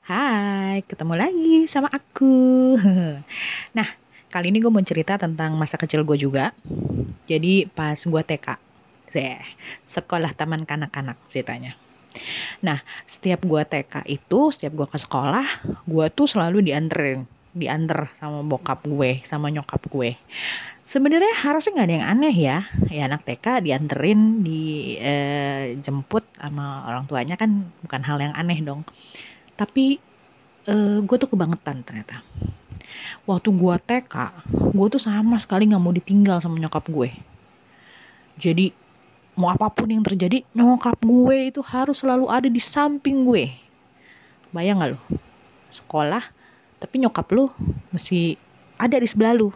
Hai, ketemu lagi sama aku. Nah, kali ini gue mau cerita tentang masa kecil gue juga. Jadi pas gue TK, sekolah taman kanak-kanak ceritanya. Nah, setiap gue TK itu, setiap gue ke sekolah, gue tuh selalu diantar sama bokap gue, sama nyokap gue. Sebenarnya harusnya nggak ada yang aneh ya. Ya anak TK dianterin, dijemput sama orang tuanya kan bukan hal yang aneh dong. Tapi gue tuh kebangetan ternyata. Waktu gue TK, gue tuh sama sekali nggak mau ditinggal sama nyokap gue. Jadi mau apapun yang terjadi, nyokap gue itu harus selalu ada di samping gue. Bayang gak lo? Sekolah, tapi nyokap lo mesti ada di sebelah lo.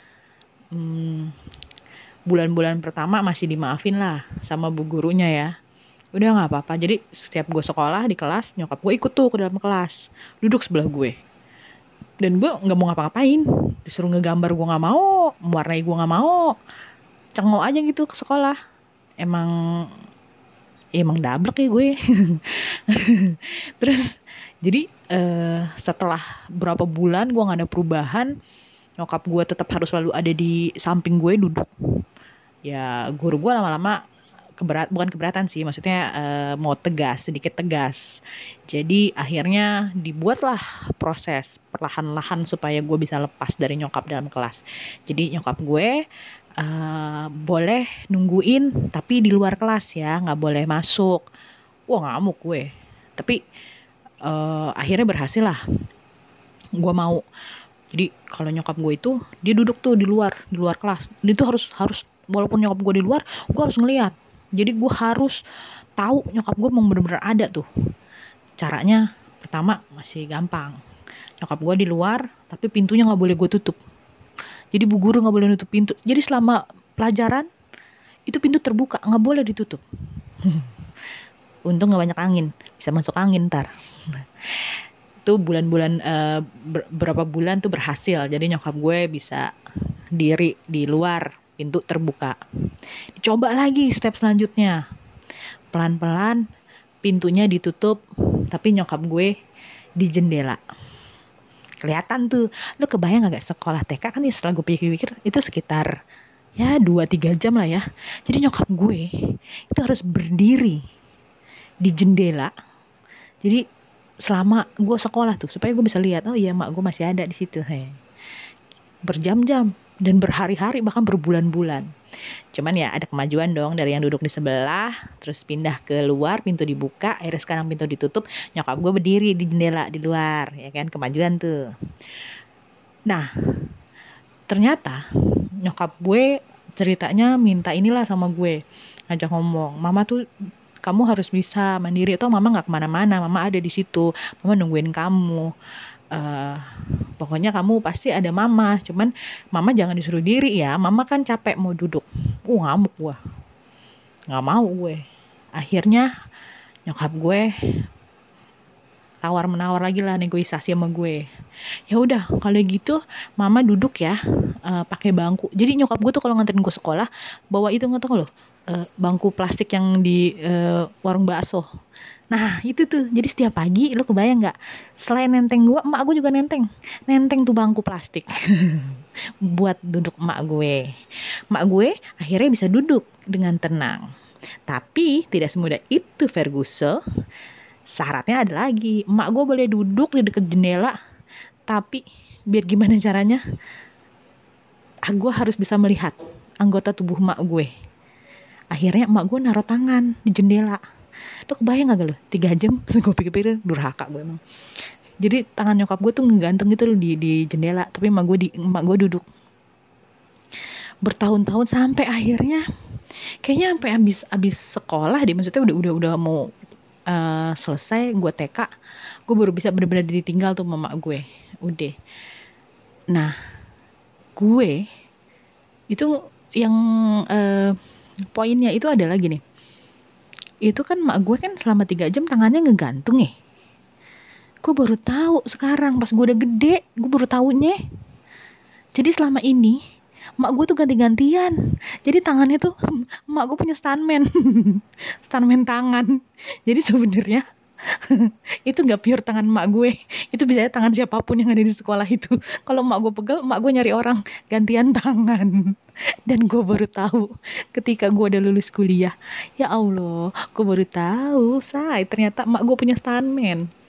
Bulan-bulan pertama masih dimaafin lah sama bu gurunya ya. Udah gak apa-apa. Jadi setiap gue sekolah di kelas, nyokap gue ikut tuh ke dalam kelas. Duduk sebelah gue. Dan gue gak mau ngapa-ngapain. Disuruh ngegambar gue gak mau. Mewarnai gue gak mau. Cengok aja gitu ke sekolah. Emang dablek ya gue. Terus jadi setelah berapa bulan gue gak ada perubahan. Nyokap gue tetap harus selalu ada di samping gue duduk. Ya guru gue lama-lama bukan keberatan sih, maksudnya mau sedikit tegas. Jadi akhirnya dibuatlah proses perlahan-lahan supaya gue bisa lepas dari nyokap dalam kelas. Jadi nyokap gue boleh nungguin tapi di luar kelas ya, nggak boleh masuk. Wah ngamuk gue. Tapi akhirnya berhasil lah. Gue mau. Jadi kalau nyokap gue itu dia duduk tuh di luar kelas. Dia tuh harus walaupun nyokap gue di luar, gue harus ngeliat. Jadi gue harus tahu nyokap gue mau bener-bener ada tuh. Caranya pertama masih gampang. Nyokap gue di luar, tapi pintunya nggak boleh gue tutup. Jadi bu guru nggak boleh nutup pintu. Jadi selama pelajaran itu pintu terbuka, nggak boleh ditutup. Untung nggak banyak angin, bisa masuk angin ntar. Tuh bulan-bulan berapa bulan tuh berhasil. Jadi nyokap gue bisa diri di luar, pintu terbuka. Dicoba lagi step selanjutnya. Pelan-pelan pintunya ditutup, tapi nyokap gue di jendela. Kelihatan tuh. Lu kebayang gak sekolah TK kan ya, setelah gue pikir-pikir itu sekitar ya 2-3 jam lah ya. Jadi nyokap gue itu harus berdiri di jendela. Jadi selama gue sekolah tuh supaya gue bisa lihat, oh iya mak gue masih ada di situ. Berjam-jam dan berhari-hari bahkan berbulan-bulan. Cuman ya ada kemajuan dong dari yang duduk di sebelah terus pindah ke luar, pintu dibuka, akhirnya sekarang pintu ditutup, nyokap gue berdiri di jendela di luar, ya kan, kemajuan tuh. Nah ternyata nyokap gue ceritanya minta inilah sama gue, ngajak ngomong, mama tuh kamu harus bisa mandiri, atau mama nggak kemana-mana, mama ada di situ, mama nungguin kamu. Pokoknya kamu pasti ada mama, cuman mama jangan disuruh diri ya, mama kan capek mau duduk. Ngamuk gue, nggak mau gue. Akhirnya nyokap gue tawar menawar lagi lah, negosiasi sama gue. Ya udah kalau gitu mama duduk ya, pakai bangku. Jadi nyokap gue tuh kalau nganterin gue sekolah bawa itu, nggak tahu loh, bangku plastik yang di warung bakso. Nah itu tuh, jadi setiap pagi lo kebayang gak, selain nenteng gue, emak gue juga nenteng tuh bangku plastik buat duduk emak gue. Emak gue akhirnya bisa duduk dengan tenang. Tapi tidak semudah itu Ferguson. Syaratnya ada lagi, emak gue boleh duduk di dekat jendela, tapi biar gimana caranya gue harus bisa melihat anggota tubuh emak gue. Akhirnya emak gue naruh tangan di jendela. Lo kebayang gak lo 3 jam? Gue pikir-pikir durhaka gue emang. Jadi tangan nyokap gue tuh ngeganteng gitu loh di jendela, tapi emak gue duduk. Bertahun-tahun sampai akhirnya kayaknya sampai abis sekolah deh, maksudnya udah mau selesai gue TK, gue baru bisa benar-benar ditinggal tuh sama emak gue. Udah. Nah gue itu yang poinnya itu ada lagi nih. Itu kan mak gue kan selama 3 jam tangannya ngegantung ya. Gue baru tahu sekarang pas gue udah gede, gue baru tahunya. Jadi selama ini mak gue tuh ganti-gantian. Jadi tangannya tuh mak gue punya stuntman. Stuntman tangan. Jadi sebenarnya Itu nggak pure tangan emak gue, itu bisa tangan siapapun yang ada di sekolah itu. Kalau emak gue pegel, emak gue nyari orang gantian tangan. Dan gue baru tahu ketika gue udah lulus kuliah, ya Allah, gue baru tahu, ternyata emak gue punya stuntman.